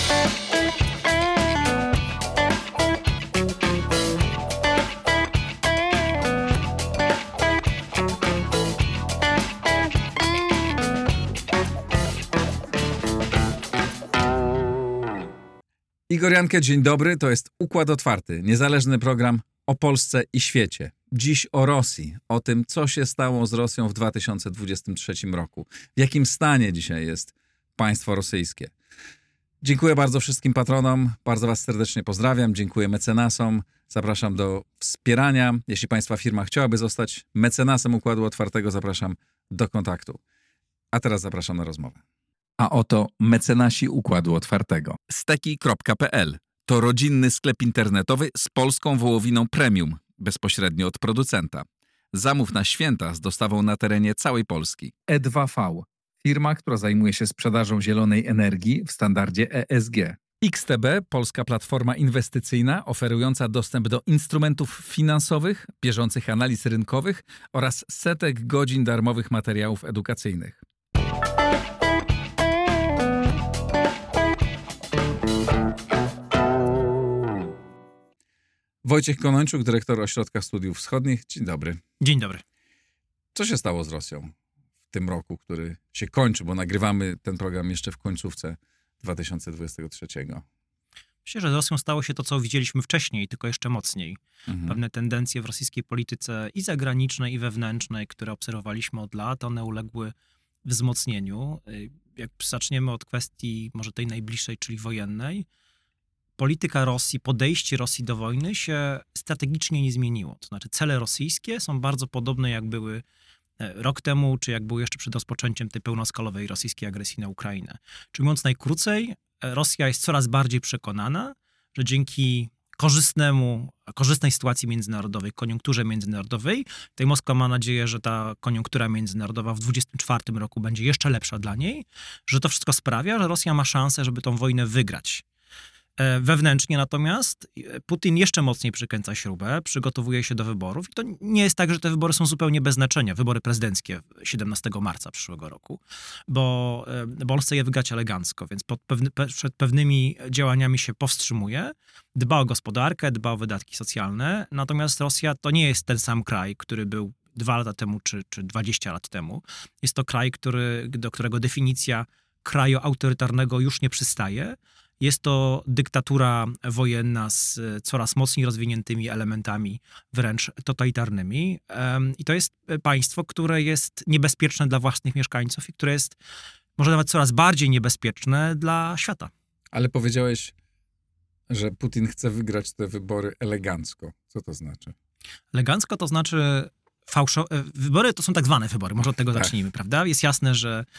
Igor Jankę, dzień dobry. To jest Układ Otwarty, niezależny program o Polsce i świecie. Dziś o Rosji, o tym, co się stało z Rosją w 2023 roku. W jakim stanie dzisiaj jest państwo rosyjskie. Dziękuję bardzo wszystkim patronom, bardzo was serdecznie pozdrawiam, dziękuję mecenasom, zapraszam do wspierania. Jeśli państwa firma chciałaby zostać mecenasem Układu Otwartego, zapraszam do kontaktu. A teraz zapraszam na rozmowę. A oto mecenasi Układu Otwartego. Steki.pl to rodzinny sklep internetowy z polską wołowiną premium, bezpośrednio od producenta. Zamów na święta z dostawą na terenie całej Polski. E2V, firma, która zajmuje się sprzedażą zielonej energii w standardzie ESG. XTB, polska platforma inwestycyjna oferująca dostęp do instrumentów finansowych, bieżących analiz rynkowych oraz setek godzin darmowych materiałów edukacyjnych. Wojciech Konończuk, dyrektor Ośrodka Studiów Wschodnich. Dzień dobry. Dzień dobry. Co się stało z Rosją w tym roku, który się kończy, bo nagrywamy ten program jeszcze w końcówce 2023? Myślę, że z Rosją stało się to, co widzieliśmy wcześniej, tylko jeszcze mocniej. Pewne tendencje w rosyjskiej polityce i zagranicznej, i wewnętrznej, które obserwowaliśmy od lat, one uległy wzmocnieniu. Jak zaczniemy od kwestii może tej najbliższej, czyli wojennej, polityka Rosji, podejście Rosji do wojny się strategicznie nie zmieniło. To znaczy cele rosyjskie są bardzo podobne, jak były rok temu, czy jak były jeszcze przed rozpoczęciem tej pełnoskalowej rosyjskiej agresji na Ukrainę. Czyli mówiąc najkrócej, Rosja jest coraz bardziej przekonana, że dzięki korzystnej sytuacji międzynarodowej, koniunkturze międzynarodowej, tutaj Moskwa ma nadzieję, że ta koniunktura międzynarodowa w 2024 roku będzie jeszcze lepsza dla niej, że to wszystko sprawia, że Rosja ma szansę, żeby tą wojnę wygrać. Wewnętrznie natomiast Putin jeszcze mocniej przykręca śrubę, przygotowuje się do wyborów i to nie jest tak, że te wybory są zupełnie bez znaczenia, wybory prezydenckie 17 marca przyszłego roku, bo on chce je wygrać elegancko, więc przed pewnymi działaniami się powstrzymuje, dba o gospodarkę, dba o wydatki socjalne, natomiast Rosja to nie jest ten sam kraj, który był 2 lata temu czy 20 lat temu. Jest to kraj, do którego definicja kraju autorytarnego już nie przystaje. Jest to dyktatura wojenna z coraz mocniej rozwiniętymi elementami, wręcz totalitarnymi. I to jest państwo, które jest niebezpieczne dla własnych mieszkańców i które jest może nawet coraz bardziej niebezpieczne dla świata. Ale powiedziałeś, że Putin chce wygrać te wybory elegancko. Co to znaczy? Elegancko to znaczy wybory to są tak zwane wybory, może od tego zacznijmy, prawda? Jest jasne,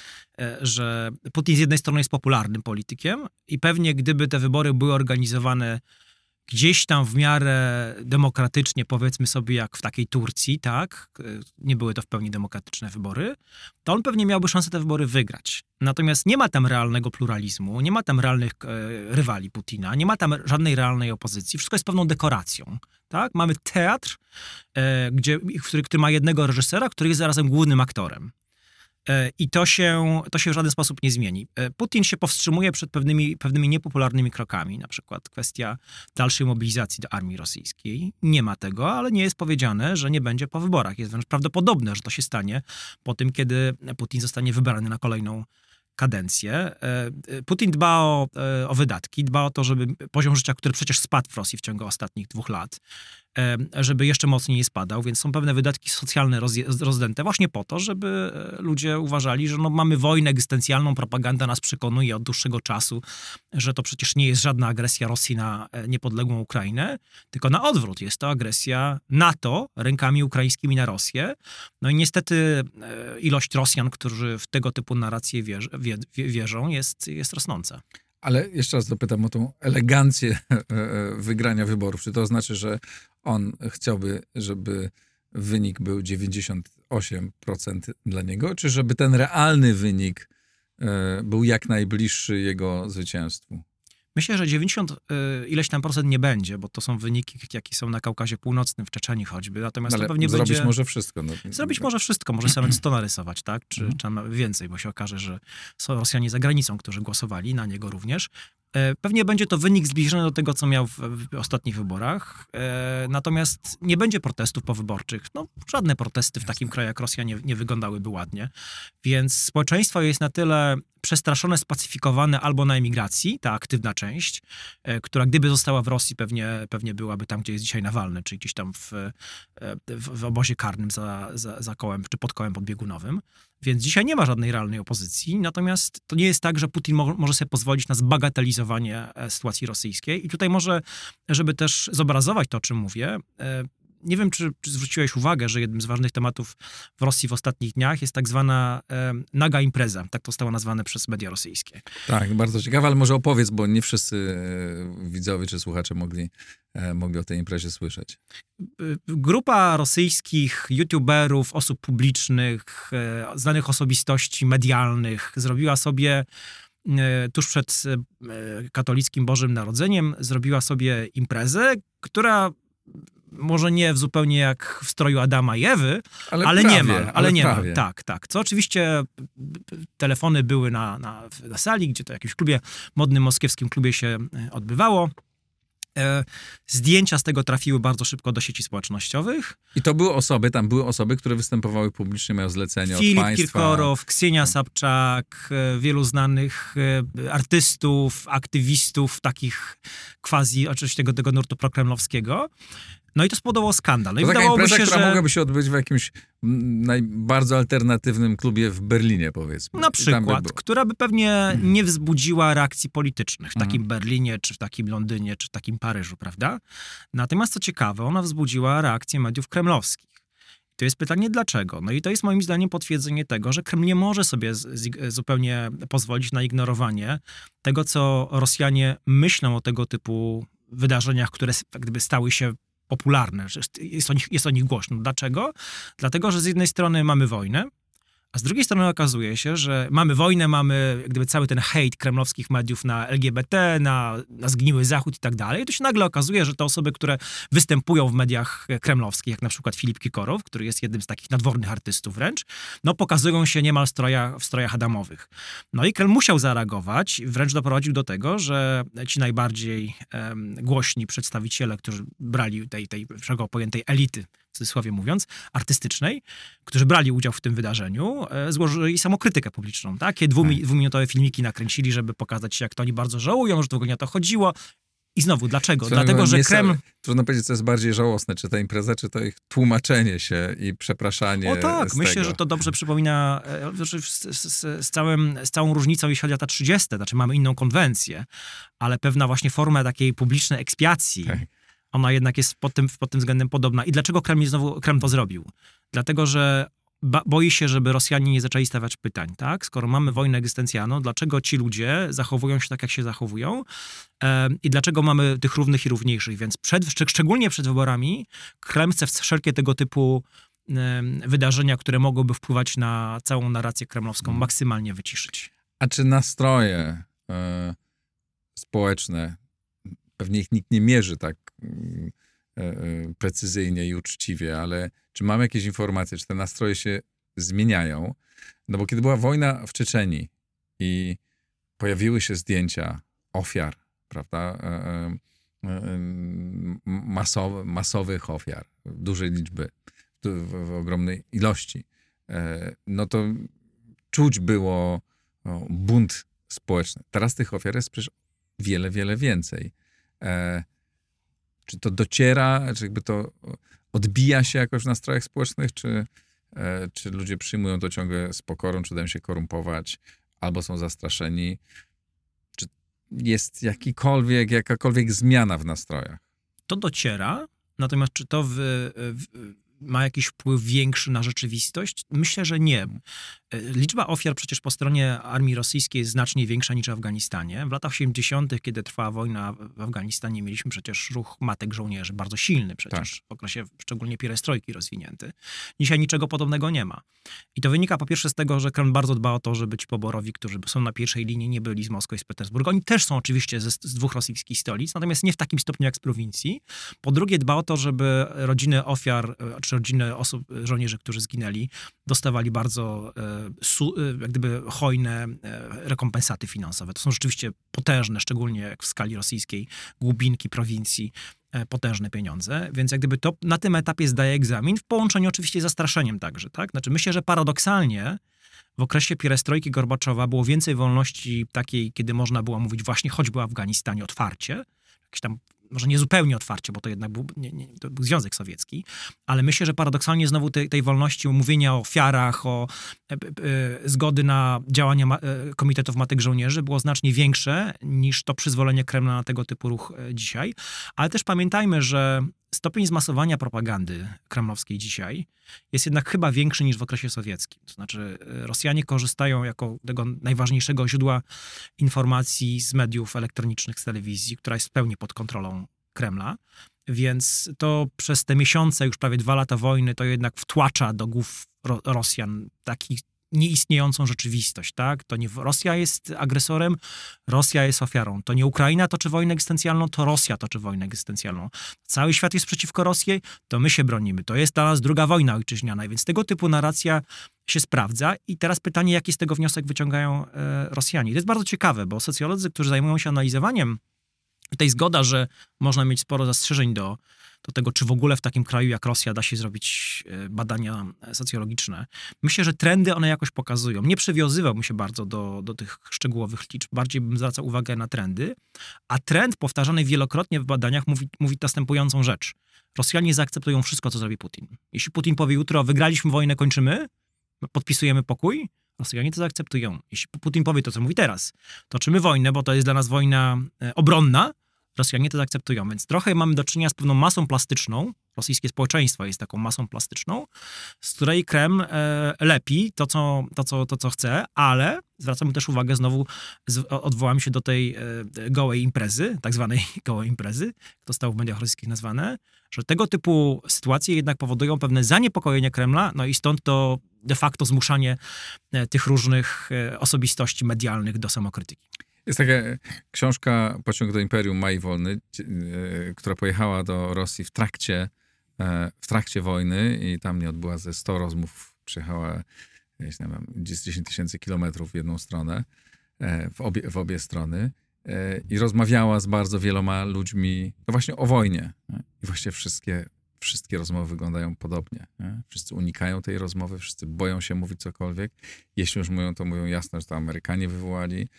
że Putin z jednej strony jest popularnym politykiem i pewnie gdyby te wybory były organizowane gdzieś tam w miarę demokratycznie, powiedzmy sobie jak w takiej Turcji, tak? Nie były to w pełni demokratyczne wybory, to on pewnie miałby szansę te wybory wygrać. Natomiast nie ma tam realnego pluralizmu, nie ma tam realnych rywali Putina, nie ma tam żadnej realnej opozycji, wszystko jest pewną dekoracją. Tak? Mamy teatr, który ma jednego reżysera, który jest zarazem głównym aktorem. I to się w żaden sposób nie zmieni. Putin się powstrzymuje przed pewnymi niepopularnymi krokami, na przykład kwestia dalszej mobilizacji do armii rosyjskiej. Nie ma tego, ale nie jest powiedziane, że nie będzie po wyborach. Jest wręcz prawdopodobne, że to się stanie po tym, kiedy Putin zostanie wybrany na kolejną kadencję. Putin dba o wydatki, dba o to, żeby poziom życia, który przecież spadł w Rosji w ciągu ostatnich 2 lat, żeby jeszcze mocniej nie spadał, więc są pewne wydatki socjalne rozdęte właśnie po to, żeby ludzie uważali, że mamy wojnę egzystencjalną, propaganda nas przekonuje od dłuższego czasu, że to przecież nie jest żadna agresja Rosji na niepodległą Ukrainę, tylko na odwrót, jest to agresja NATO rękami ukraińskimi na Rosję. No i niestety ilość Rosjan, którzy w tego typu narracje wierzą, jest rosnąca. Ale jeszcze raz dopytam o tą elegancję wygrania wyborów. Czy to znaczy, że on chciałby, żeby wynik był 98% dla niego, czy żeby ten realny wynik był jak najbliższy jego zwycięstwu? Myślę, że 90 ileś tam procent nie będzie, bo to są wyniki, jakie są na Kaukazie Północnym, w Czeczenii choćby. Natomiast ale to pewnie zrobić będzie... może wszystko. Zrobić może wszystko. Może nawet 100 narysować, tak? Czy nawet więcej, bo się okaże, że są Rosjanie za granicą, którzy głosowali na niego również. Pewnie będzie to wynik zbliżony do tego, co miał w ostatnich wyborach. Natomiast nie będzie protestów powyborczych. No, żadne protesty w takim kraju jak Rosja nie wyglądałyby ładnie. Więc społeczeństwo jest na tyle przestraszone, spacyfikowane albo na emigracji, ta aktywna część, która gdyby została w Rosji, pewnie byłaby tam, gdzie jest dzisiaj Nawalny, czyli gdzieś tam w obozie karnym za kołem, czy pod kołem podbiegunowym. Więc dzisiaj nie ma żadnej realnej opozycji, natomiast to nie jest tak, że Putin może sobie pozwolić na zbagatelizowanie sytuacji rosyjskiej. I tutaj może, żeby też zobrazować to, o czym mówię, nie wiem, czy zwróciłeś uwagę, że jednym z ważnych tematów w Rosji w ostatnich dniach jest tak zwana naga impreza. Tak to zostało nazwane przez media rosyjskie. Tak, bardzo ciekawe, ale może opowiedz, bo nie wszyscy widzowie czy słuchacze mogli o tej imprezie słyszeć. Grupa rosyjskich youtuberów, osób publicznych, znanych osobistości medialnych zrobiła sobie tuż przed katolickim Bożym Narodzeniem zrobiła sobie imprezę, która może nie zupełnie jak w stroju Adama i Ewy, ale prawie, niemal. Ale niemal. Prawie. Tak. Co oczywiście telefony były na sali, gdzie to w jakimś klubie, modnym moskiewskim klubie się odbywało. Zdjęcia z tego trafiły bardzo szybko do sieci społecznościowych. I to tam były osoby, które występowały publicznie, mają zlecenie od Filip państwa. Kirkorow, Ksenia Sobczak, wielu znanych artystów, aktywistów, takich quasi, oczywiście tego nurtu prokremlowskiego. No i to spowodowało skandal. No to i taka impreza, się, która że mogłaby się odbyć w jakimś bardzo alternatywnym klubie w Berlinie, powiedzmy. na przykład, która by pewnie nie wzbudziła reakcji politycznych w takim Berlinie, czy w takim Londynie, czy w takim Paryżu, prawda? Natomiast co ciekawe, ona wzbudziła reakcję mediów kremlowskich. To jest pytanie, dlaczego? No i to jest moim zdaniem potwierdzenie tego, że Kreml nie może sobie zupełnie pozwolić na ignorowanie tego, co Rosjanie myślą o tego typu wydarzeniach, które jak gdyby stały się popularne, że jest o nich głośno. Dlaczego? Dlatego, że z jednej strony mamy wojnę, a z drugiej strony okazuje się, że mamy wojnę, mamy jak gdyby cały ten hejt kremlowskich mediów na LGBT, na zgniły Zachód i tak dalej. I to się nagle okazuje, że te osoby, które występują w mediach kremlowskich, jak na przykład Filip Kirkorow, który jest jednym z takich nadwornych artystów wręcz, no pokazują się niemal w strojach adamowych. No i Kreml musiał zareagować, wręcz doprowadził do tego, że ci najbardziej głośni przedstawiciele, którzy brali tej szeroko pojętej elity, w cudzysłowie mówiąc, artystycznej, którzy brali udział w tym wydarzeniu, złożyli samokrytykę publiczną. Takie dwuminutowe filmiki nakręcili, żeby pokazać, jak to oni bardzo żałują, że to w ogóle nie o to chodziło. I znowu, dlaczego? Dlatego, że Kreml... Trudno powiedzieć, co jest bardziej żałosne, czy ta impreza, czy to ich tłumaczenie się i przepraszanie. O tak, myślę, że to dobrze przypomina z całą różnicą, jeśli chodzi o lata 30. Znaczy mamy inną konwencję, ale pewna właśnie forma takiej publicznej ekspiacji, tak. Ona jednak jest pod tym względem podobna. I dlaczego Kreml to zrobił? Dlatego, że boi się, żeby Rosjanie nie zaczęli stawiać pytań, tak? Skoro mamy wojnę egzystencjalną, dlaczego ci ludzie zachowują się tak, jak się zachowują? I dlaczego mamy tych równych i równiejszych? Więc szczególnie przed wyborami Kreml chce wszelkie tego typu wydarzenia, które mogłyby wpływać na całą narrację kremlowską, maksymalnie wyciszyć. A czy nastroje społeczne, pewnie ich nikt nie mierzy tak precyzyjnie i uczciwie, ale czy mamy jakieś informacje, czy te nastroje się zmieniają? No bo kiedy była wojna w Czeczenii i pojawiły się zdjęcia ofiar, prawda, masowych ofiar, dużej liczby, w ogromnej ilości, no to czuć było bunt społeczny. Teraz tych ofiar jest przecież wiele, wiele więcej. Czy to dociera, czy jakby to odbija się jakoś w nastrojach społecznych, czy ludzie przyjmują to ciągle z pokorą, czy dają się korumpować, albo są zastraszeni? Czy jest jakakolwiek zmiana w nastrojach? To dociera, natomiast czy to ma jakiś wpływ większy na rzeczywistość? Myślę, że nie. Liczba ofiar przecież po stronie armii rosyjskiej jest znacznie większa niż w Afganistanie. W latach 80., kiedy trwała wojna w Afganistanie, mieliśmy przecież ruch matek żołnierzy, bardzo silny przecież, tak. W okresie szczególnie pierestrojki rozwinięty. Dzisiaj niczego podobnego nie ma. I to wynika po pierwsze z tego, że Kreml bardzo dba o to, żeby ci poborowi, którzy są na pierwszej linii, nie byli z Moskwy i z Petersburga. Oni też są oczywiście z dwóch rosyjskich stolic, natomiast nie w takim stopniu jak z prowincji. Po drugie dba o to, żeby rodziny ofiar, czy rodziny osób, żołnierzy, którzy zginęli, dostawali bardzo jak gdyby hojne rekompensaty finansowe. To są rzeczywiście potężne, szczególnie jak w skali rosyjskiej, głubinki prowincji, potężne pieniądze, więc jak gdyby to na tym etapie zdaje egzamin, w połączeniu oczywiście z zastraszeniem także, tak? Znaczy myślę, że paradoksalnie w okresie pierestrojki Gorbaczowa było więcej wolności takiej, kiedy można było mówić właśnie choćby o Afganistanie otwarcie, jakieś tam może nie zupełnie otwarcie, bo to jednak to był Związek Sowiecki, ale myślę, że paradoksalnie znowu tej wolności mówienia o ofiarach, o zgody na działania Komitetów Matek Żołnierzy było znacznie większe niż to przyzwolenie Kremla na tego typu ruch dzisiaj. Ale też pamiętajmy, że stopień zmasowania propagandy kremlowskiej dzisiaj jest jednak chyba większy niż w okresie sowieckim. To znaczy Rosjanie korzystają jako tego najważniejszego źródła informacji z mediów elektronicznych, z telewizji, która jest w pełni pod kontrolą Kremla, więc to przez te miesiące, już prawie 2 lata wojny, to jednak wtłacza do głów Rosjan taki nieistniejącą rzeczywistość, tak? To nie Rosja jest agresorem, Rosja jest ofiarą. To nie Ukraina toczy wojnę egzystencjalną, to Rosja toczy wojnę egzystencjalną. Cały świat jest przeciwko Rosji, to my się bronimy. To jest dla nas druga wojna ojczyźniana, więc tego typu narracja się sprawdza. I teraz pytanie, jaki z tego wniosek wyciągają Rosjanie. To jest bardzo ciekawe, bo socjolodzy, którzy zajmują się analizowaniem, tutaj zgoda, że można mieć sporo zastrzeżeń do tego, czy w ogóle w takim kraju jak Rosja da się zrobić badania socjologiczne. Myślę, że trendy one jakoś pokazują. Nie przywiązywałbym się bardzo do tych szczegółowych liczb. Bardziej bym zwracał uwagę na trendy. A trend powtarzany wielokrotnie w badaniach mówi następującą rzecz. Rosjanie zaakceptują wszystko, co zrobi Putin. Jeśli Putin powie jutro, wygraliśmy wojnę, kończymy, podpisujemy pokój, Rosjanie to zaakceptują. Jeśli Putin powie to, co mówi teraz, toczymy wojnę, bo to jest dla nas wojna obronna, Rosjanie to zaakceptują. Więc trochę mamy do czynienia z pewną masą plastyczną. Rosyjskie społeczeństwo jest taką masą plastyczną, z której Kreml lepi to, co chce, ale zwracamy też uwagę, znowu odwołamy się do tej gołej imprezy, tak zwanej gołej imprezy, to zostało w mediach rosyjskich nazwane, że tego typu sytuacje jednak powodują pewne zaniepokojenie Kremla, no i stąd to de facto zmuszanie tych różnych osobistości medialnych do samokrytyki. Jest taka książka Pociąg do Imperium Maj Wolny, która pojechała do Rosji w trakcie wojny i tam nie odbyła ze 100 rozmów. Przyjechała, nie wiem, 10 000 kilometrów w jedną stronę, w obie strony i rozmawiała z bardzo wieloma ludźmi no właśnie o wojnie. I właściwie wszystkie rozmowy wyglądają podobnie. Nie? Wszyscy unikają tej rozmowy, wszyscy boją się mówić cokolwiek. Jeśli już mówią, to mówią jasno, że to Amerykanie wywołali,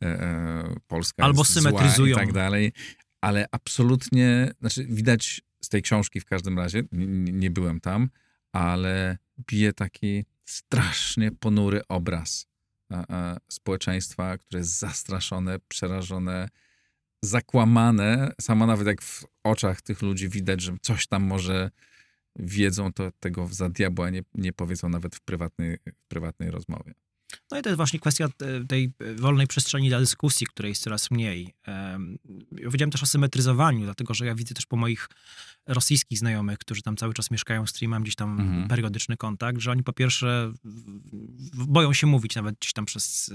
Polska albo jest symetryzują zła i tak dalej. Ale absolutnie, znaczy widać z tej książki w każdym razie, nie byłem tam, ale bije taki strasznie ponury obraz społeczeństwa, które jest zastraszone, przerażone, zakłamane. Samo nawet jak w oczach tych ludzi widać, że coś tam może wiedzą, to tego za diabła nie powiedzą nawet w prywatnej rozmowie. No i to jest właśnie kwestia tej wolnej przestrzeni dla dyskusji, której jest coraz mniej. Ja powiedziałem też o symetryzowaniu, dlatego że ja widzę też po moich rosyjskich znajomych, którzy tam cały czas mieszkają, z którymi mam gdzieś tam periodyczny kontakt, że oni po pierwsze boją się mówić nawet gdzieś tam przez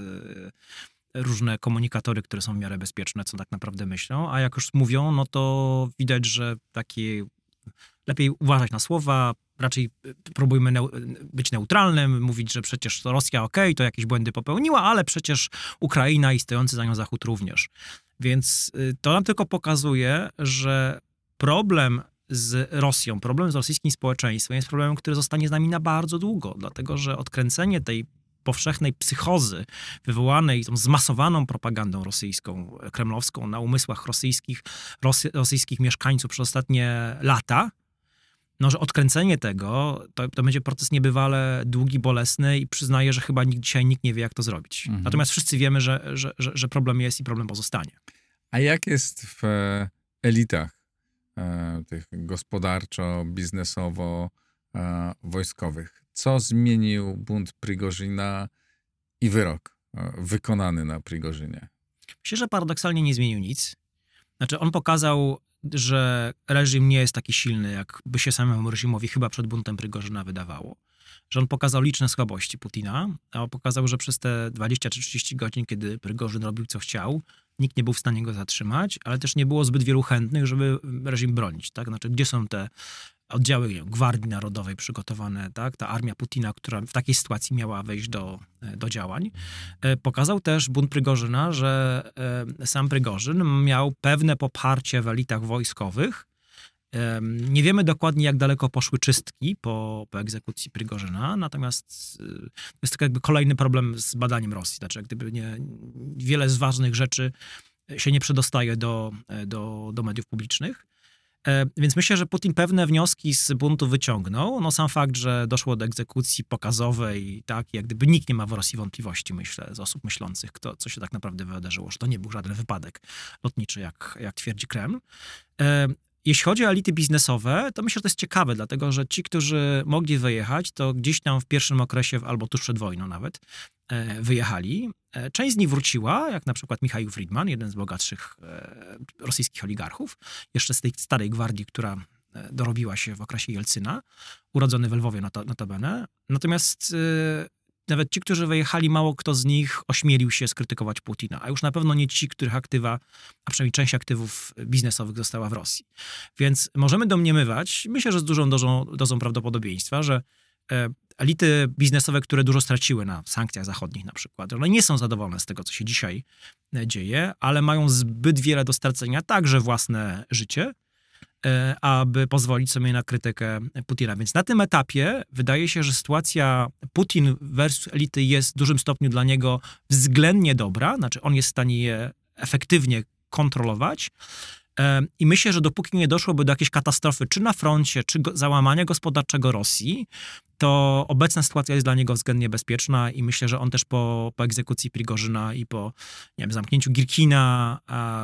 różne komunikatory, które są w miarę bezpieczne, co tak naprawdę myślą, a jak już mówią, no to widać, że takie lepiej uważać na słowa, raczej próbujmy być neutralnym, mówić, że przecież to Rosja to jakieś błędy popełniła, ale przecież Ukraina i stojący za nią Zachód również. Więc to nam tylko pokazuje, że problem z Rosją, problem z rosyjskim społeczeństwem jest problemem, który zostanie z nami na bardzo długo, dlatego że odkręcenie tej powszechnej psychozy wywołanej tą zmasowaną propagandą rosyjską, kremlowską na umysłach rosyjskich mieszkańców przez ostatnie lata, no, że odkręcenie tego, to będzie proces niebywale długi, bolesny i przyznaję, że chyba dzisiaj nikt nie wie, jak to zrobić. Natomiast wszyscy wiemy, że problem jest i problem pozostanie. A jak jest w elitach tych gospodarczo, biznesowo, wojskowych? Co zmienił bunt Prigorzyna i wyrok wykonany na Prigorzynie? Myślę, że paradoksalnie nie zmienił nic. Znaczy on pokazał, że reżim nie jest taki silny, jak by się samemu reżimowi chyba przed buntem Prigorzyna wydawało. Że on pokazał liczne słabości Putina, a on pokazał, że przez te 20 czy 30 godzin, kiedy Prigorzyn robił co chciał, nikt nie był w stanie go zatrzymać, ale też nie było zbyt wielu chętnych, żeby reżim bronić. Tak? Znaczy, gdzie są te oddziały Gwardii Narodowej przygotowane, tak, ta armia Putina, która w takiej sytuacji miała wejść do działań. Pokazał też bunt Prigorzyna, że sam Prigorzyn miał pewne poparcie w elitach wojskowych. Nie wiemy dokładnie, jak daleko poszły czystki po egzekucji Prigorzyna, natomiast jest to jakby kolejny problem z badaniem Rosji. Znaczy, jak gdyby wiele z ważnych rzeczy się nie przedostaje do mediów publicznych. Więc myślę, że Putin pewne wnioski z buntu wyciągnął. No sam fakt, że doszło do egzekucji pokazowej, tak, jak gdyby nikt nie ma w Rosji wątpliwości, myślę, z osób myślących, co się tak naprawdę wydarzyło, że to nie był żaden wypadek lotniczy, jak twierdzi Kreml. Jeśli chodzi o elity biznesowe, to myślę, że to jest ciekawe, dlatego że ci, którzy mogli wyjechać, to gdzieś tam w pierwszym okresie, albo tuż przed wojną nawet, wyjechali. Część z nich wróciła, jak na przykład Michał Friedman, jeden z bogatszych rosyjskich oligarchów, jeszcze z tej starej gwardii, która dorobiła się w okresie Jelcyna, urodzony w Lwowie notabene. Natomiast nawet ci, którzy wyjechali, mało kto z nich ośmielił się skrytykować Putina, a już na pewno nie ci, których aktywa, a przynajmniej część aktywów biznesowych została w Rosji. Więc możemy domniemywać, myślę, że z dużą dozą prawdopodobieństwa, że elity biznesowe, które dużo straciły na sankcjach zachodnich na przykład, one nie są zadowolone z tego, co się dzisiaj dzieje, ale mają zbyt wiele do stracenia, także własne życie, aby pozwolić sobie na krytykę Putina. Więc na tym etapie wydaje się, że sytuacja Putin versus elity jest w dużym stopniu dla niego względnie dobra, znaczy on jest w stanie je efektywnie kontrolować. I myślę, że dopóki nie doszłoby do jakiejś katastrofy, czy na froncie, czy załamania gospodarczego Rosji, to obecna sytuacja jest dla niego względnie bezpieczna i myślę, że on też po egzekucji Prigorzyna i po, nie wiem, zamknięciu Girkina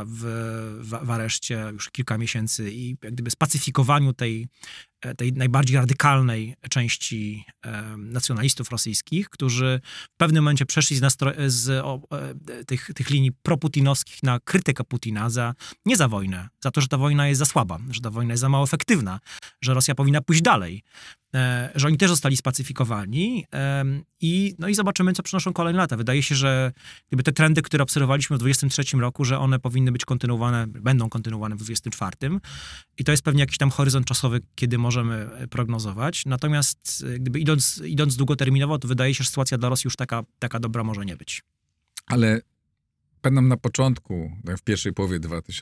w areszcie już kilka miesięcy i jak gdyby spacyfikowaniu tej najbardziej radykalnej części nacjonalistów rosyjskich, którzy w pewnym momencie przeszli z tych linii proputinowskich na krytykę Putina nie za wojnę, za to, że ta wojna jest za słaba, że ta wojna jest za mało efektywna, że Rosja powinna pójść dalej, że oni też zostali spacyfikowani i zobaczymy, co przynoszą kolejne lata. Wydaje się, że gdyby te trendy, które obserwowaliśmy w 2023 roku, że one powinny być kontynuowane, będą kontynuowane w 2024 i to jest pewnie jakiś tam horyzont czasowy, kiedy możemy prognozować. Natomiast gdyby idąc długoterminowo, to wydaje się, że sytuacja dla Rosji już taka dobra może nie być. Ale pamiętam na początku, w pierwszej połowie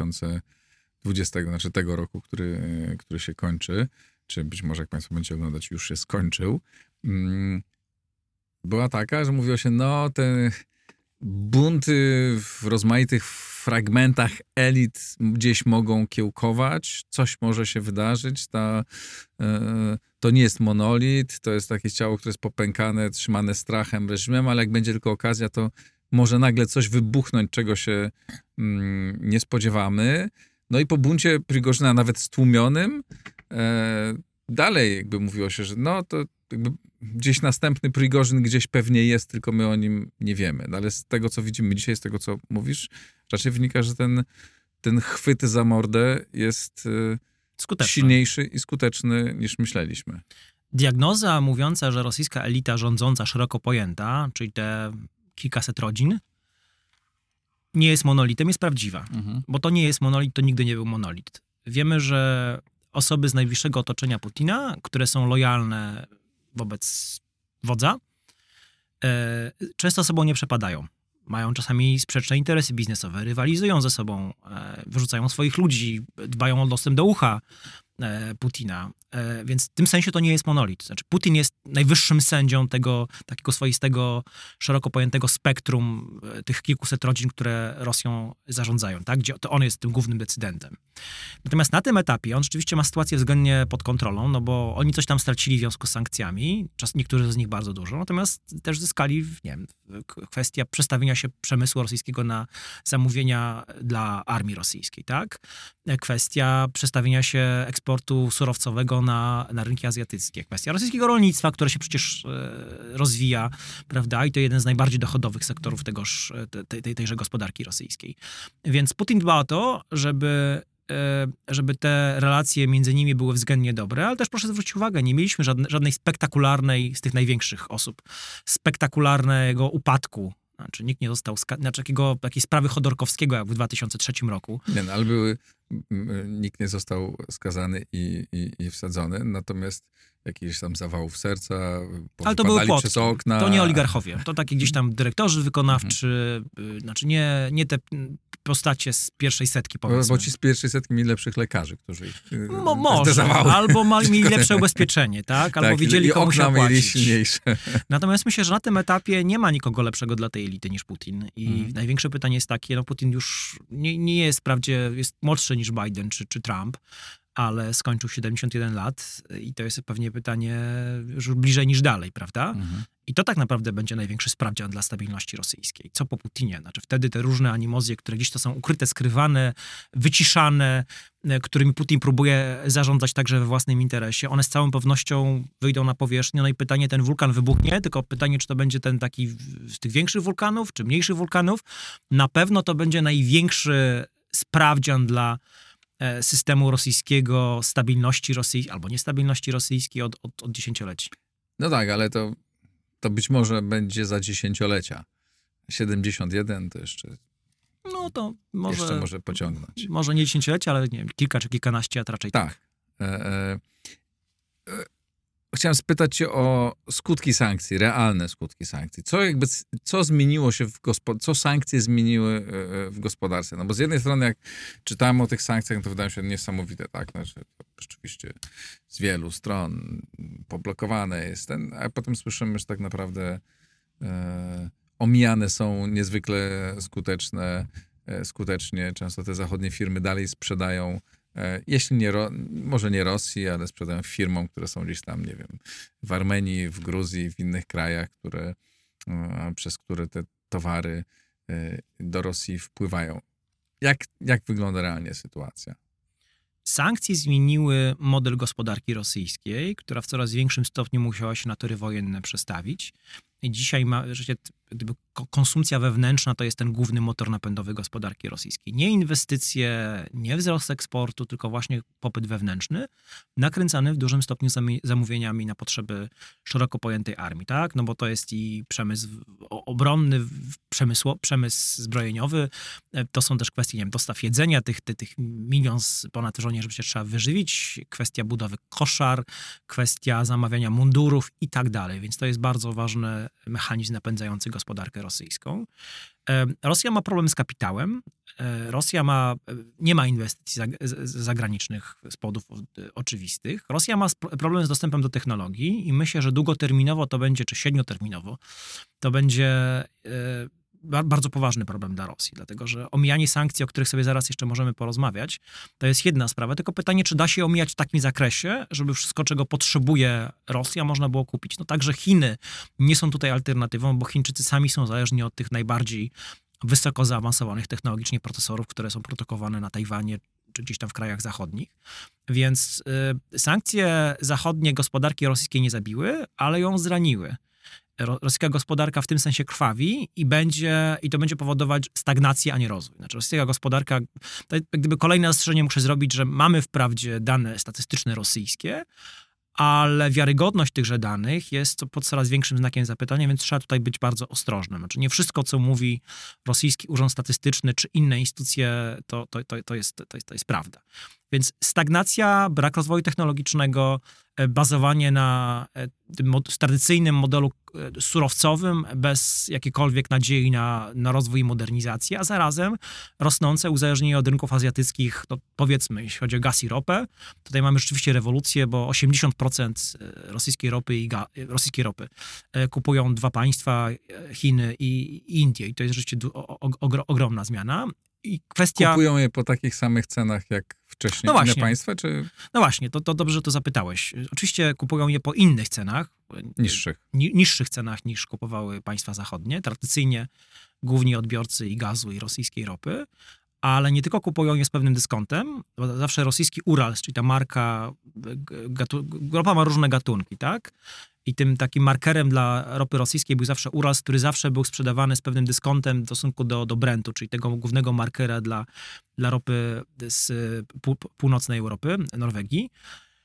2020, znaczy tego roku, który się kończy, czy być może jak państwo będziecie oglądać, już się skończył, była taka, że mówiło się, te bunty w rozmaitych fragmentach elit gdzieś mogą kiełkować, coś może się wydarzyć, to nie jest monolit, to jest takie ciało, które jest popękane, trzymane strachem, reżimem, ale jak będzie tylko okazja, to może nagle coś wybuchnąć, czego się nie spodziewamy. No i po buncie Prigorzyna, nawet stłumionym, dalej jakby mówiło się, że to jakby gdzieś następny Prigorzyn gdzieś pewnie jest, tylko my o nim nie wiemy. No ale z tego, co widzimy dzisiaj, z tego, co mówisz, raczej wynika, że ten chwyt za mordę jest silniejszy i skuteczny niż myśleliśmy. Diagnoza mówiąca, że rosyjska elita rządząca szeroko pojęta, czyli te kilkaset rodzin, nie jest monolitem, jest prawdziwa. Bo to nie jest monolit, to nigdy nie był monolit. Wiemy, że osoby z najbliższego otoczenia Putina, które są lojalne wobec wodza, często sobą nie przepadają. Mają czasami sprzeczne interesy biznesowe, rywalizują ze sobą, wyrzucają swoich ludzi, dbają o dostęp do ucha Putina. Więc w tym sensie to nie jest monolit. Znaczy Putin jest najwyższym sędzią tego takiego swoistego, szeroko pojętego spektrum tych kilkuset rodzin, które Rosją zarządzają, tak? Gdzie to on jest tym głównym decydentem. Natomiast na tym etapie on rzeczywiście ma sytuację względnie pod kontrolą, bo oni coś tam stracili w związku z sankcjami, niektórzy z nich bardzo dużo, natomiast też zyskali, kwestia przestawienia się przemysłu rosyjskiego na zamówienia dla armii rosyjskiej, tak? Kwestia przestawienia się eksportu surowcowego na rynki azjatyckie. Kwestia rosyjskiego rolnictwa, które się przecież rozwija, prawda? I to jeden z najbardziej dochodowych sektorów tejże gospodarki rosyjskiej. Więc Putin dba o to, żeby te relacje między nimi były względnie dobre, ale też proszę zwrócić uwagę, nie mieliśmy żadnej spektakularnej, z tych największych osób, spektakularnego upadku. Znaczy nikt nie został, jakiejś sprawy Chodorkowskiego jak w 2003 roku. Nie, ale były nikt nie został skazany i wsadzony, natomiast jakichś tam zawałów serca, ale to były płotki. przez okna. To nie oligarchowie. To takie gdzieś tam dyrektorzy wykonawczy, znaczy nie te postacie z pierwszej setki, powiedzmy. Bo ci z pierwszej setki mieli lepszych lekarzy, którzy ich może, albo mieli lepsze ubezpieczenie, tak? Albo wiedzieli, komu się mieli płacić. silniejsze. Natomiast myślę, że na tym etapie nie ma nikogo lepszego dla tej elity niż Putin. I największe pytanie jest takie, no Putin już nie jest wprawdzie, jest młodszy niż Biden czy Trump, ale skończył 71 lat i to jest pewnie pytanie już bliżej niż dalej, prawda? I to tak naprawdę będzie największy sprawdzian dla stabilności rosyjskiej. Co po Putinie? Znaczy wtedy te różne animozje, które gdzieś to są ukryte, skrywane, wyciszane, którymi Putin próbuje zarządzać także we własnym interesie, one z całą pewnością wyjdą na powierzchnię. No i pytanie, ten wulkan wybuchnie, tylko pytanie, czy to będzie ten taki z tych większych wulkanów, czy mniejszych wulkanów. Na pewno to będzie największy sprawdzian dla systemu rosyjskiego, stabilności rosyjskiej, albo niestabilności rosyjskiej od dziesięcioleci. No tak, ale to być może będzie za dziesięciolecia. 71 to jeszcze... No to może... Jeszcze może pociągnąć. Może nie dziesięciolecia, ale nie wiem, kilka czy kilkanaście, a raczej tak. Chciałem spytać cię o skutki sankcji, realne skutki sankcji. Co zmieniło się co sankcje zmieniły w gospodarce? No bo z jednej strony, jak czytałem o tych sankcjach, to wydają się niesamowite, tak? Znaczy, to rzeczywiście z wielu stron poblokowane jest a potem słyszymy, że tak naprawdę omijane są niezwykle skutecznie. Często te zachodnie firmy dalej sprzedają, jeśli może nie Rosji, ale sprzedają firmom, które są gdzieś tam, nie wiem, w Armenii, w Gruzji, w innych krajach, przez które te towary do Rosji wpływają. Jak wygląda realnie sytuacja? Sankcje zmieniły model gospodarki rosyjskiej, która w coraz większym stopniu musiała się na tory wojenne przestawić. I dzisiaj gdyby konsumpcja wewnętrzna to jest ten główny motor napędowy gospodarki rosyjskiej. Nie inwestycje, nie wzrost eksportu, tylko właśnie popyt wewnętrzny, nakręcany w dużym stopniu zamówieniami na potrzeby szeroko pojętej armii, tak? No bo to jest i przemysł obronny, przemysł zbrojeniowy, to są też kwestie, nie wiem, dostaw jedzenia, tych milion ponad żołnierzy przecież trzeba wyżywić, kwestia budowy koszar, kwestia zamawiania mundurów i tak dalej, więc to jest bardzo ważny mechanizm napędzający gospodarkę rosyjską. Rosja ma problem z kapitałem. Rosja nie ma inwestycji zagranicznych z powodów oczywistych. Rosja ma problem z dostępem do technologii i myślę, że długoterminowo to będzie, czy średnioterminowo, to będzie bardzo poważny problem dla Rosji, dlatego że omijanie sankcji, o których sobie zaraz jeszcze możemy porozmawiać, to jest jedna sprawa, tylko pytanie, czy da się omijać w takim zakresie, żeby wszystko, czego potrzebuje Rosja, można było kupić. No także Chiny nie są tutaj alternatywą, bo Chińczycy sami są zależni od tych najbardziej wysoko zaawansowanych technologicznie procesorów, które są produkowane na Tajwanie czy gdzieś tam w krajach zachodnich. Więc sankcje zachodnie gospodarki rosyjskiej nie zabiły, ale ją zraniły. Rosyjska gospodarka w tym sensie krwawi i to będzie powodować stagnację, a nie rozwój. Znaczy rosyjska gospodarka, to gdyby kolejne zastrzeżenie muszę zrobić, że mamy wprawdzie dane statystyczne rosyjskie, ale wiarygodność tychże danych jest pod coraz większym znakiem zapytania, więc trzeba tutaj być bardzo ostrożnym. Znaczy nie wszystko, co mówi rosyjski urząd statystyczny czy inne instytucje, to jest prawda. Więc stagnacja, brak rozwoju technologicznego, bazowanie na tym tradycyjnym modelu surowcowym, bez jakiejkolwiek nadziei na rozwój i modernizację, a zarazem rosnące uzależnienie od rynków azjatyckich, no powiedzmy, jeśli chodzi o gaz i ropę. Tutaj mamy rzeczywiście rewolucję, bo 80% rosyjskiej ropy kupują dwa państwa, Chiny i Indie. I to jest rzeczywiście ogromna zmiana. I kwestia... Kupują je po takich samych cenach jak wcześniej inne państwa, czy... No właśnie, to dobrze, że to zapytałeś. Oczywiście kupują je po innych cenach. Niższych cenach niż kupowały państwa zachodnie. Tradycyjnie głównie odbiorcy i gazu, i rosyjskiej ropy. Ale nie tylko kupują je z pewnym dyskontem, bo zawsze rosyjski Urals, czyli ta marka, ropa ma różne gatunki, tak? I tym takim markerem dla ropy rosyjskiej był zawsze Urals, który zawsze był sprzedawany z pewnym dyskontem w stosunku do Brentu, czyli tego głównego markera dla ropy z północnej Europy, Norwegii.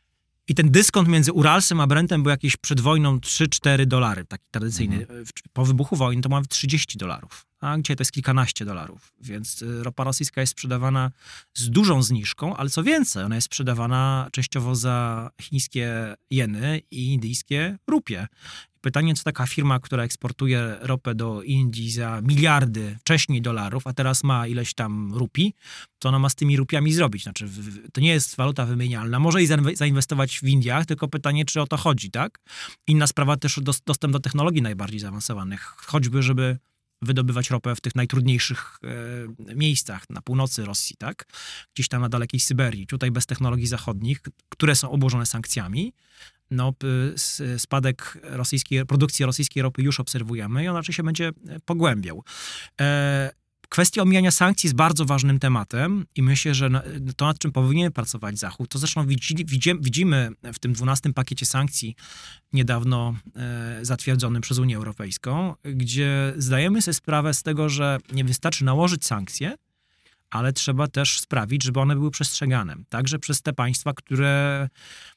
I ten dyskont między Uralsem a Brentem był jakieś przed wojną $3-4, taki tradycyjny. Po wybuchu wojny to mamy $30, a dzisiaj to jest kilkanaście dolarów. Więc ropa rosyjska jest sprzedawana z dużą zniżką, ale co więcej, ona jest sprzedawana częściowo za chińskie jeny i indyjskie rupie. Pytanie, co taka firma, która eksportuje ropę do Indii za miliardy wcześniej dolarów, a teraz ma ileś tam rupii, co ona ma z tymi rupiami zrobić? Znaczy, to nie jest waluta wymienialna. Może i zainwestować w Indiach, tylko pytanie, czy o to chodzi, tak? Inna sprawa też dostęp do technologii najbardziej zaawansowanych. Choćby, żeby wydobywać ropę w tych najtrudniejszych miejscach, na północy Rosji, tak? Gdzieś tam na dalekiej Syberii. Tutaj bez technologii zachodnich, które są obłożone sankcjami, spadek produkcji rosyjskiej ropy już obserwujemy i on raczej się będzie pogłębiał. Kwestia omijania sankcji jest bardzo ważnym tematem i myślę, że to, nad czym powinien pracować Zachód, to zresztą widzimy w tym 12 pakiecie sankcji niedawno zatwierdzonym przez Unię Europejską, gdzie zdajemy sobie sprawę z tego, że nie wystarczy nałożyć sankcje, ale trzeba też sprawić, żeby one były przestrzegane. Także przez te państwa, które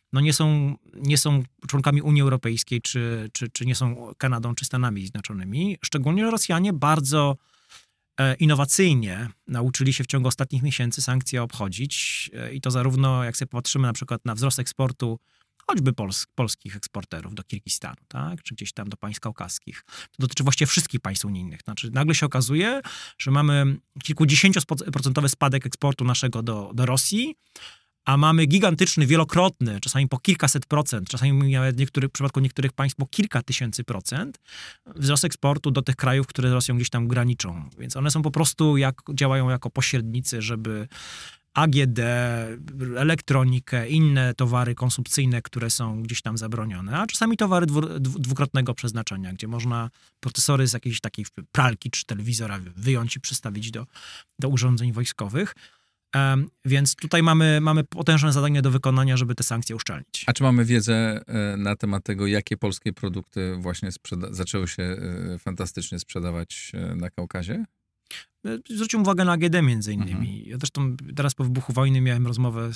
nie są członkami Unii Europejskiej, czy nie są Kanadą, czy Stanami Zjednoczonymi. Szczególnie, że Rosjanie bardzo innowacyjnie nauczyli się w ciągu ostatnich miesięcy sankcje obchodzić. I to zarówno, jak sobie patrzymy na przykład na wzrost eksportu choćby polskich eksporterów do Kirgistanu, tak? Czy gdzieś tam do państw kaukaskich. To dotyczy właściwie wszystkich państw unijnych. Znaczy, nagle się okazuje, że mamy kilkudziesięcioprocentowy spadek eksportu naszego do Rosji, a mamy gigantyczny, wielokrotny, czasami po kilkaset procent, czasami nawet w przypadku niektórych państw po kilka tysięcy procent wzrost eksportu do tych krajów, które z Rosją gdzieś tam graniczą. Więc one są po prostu działają jako pośrednicy, żeby AGD, elektronikę, inne towary konsumpcyjne, które są gdzieś tam zabronione, a czasami towary dwukrotnego przeznaczenia, gdzie można procesory z jakiejś takiej pralki czy telewizora wyjąć i przystawić do urządzeń wojskowych. Więc tutaj mamy potężne zadanie do wykonania, żeby te sankcje uszczelnić. A czy mamy wiedzę na temat tego, jakie polskie produkty właśnie zaczęły się fantastycznie sprzedawać na Kaukazie? Zwróciłem uwagę na AGD między innymi. Ja zresztą teraz po wybuchu wojny miałem rozmowę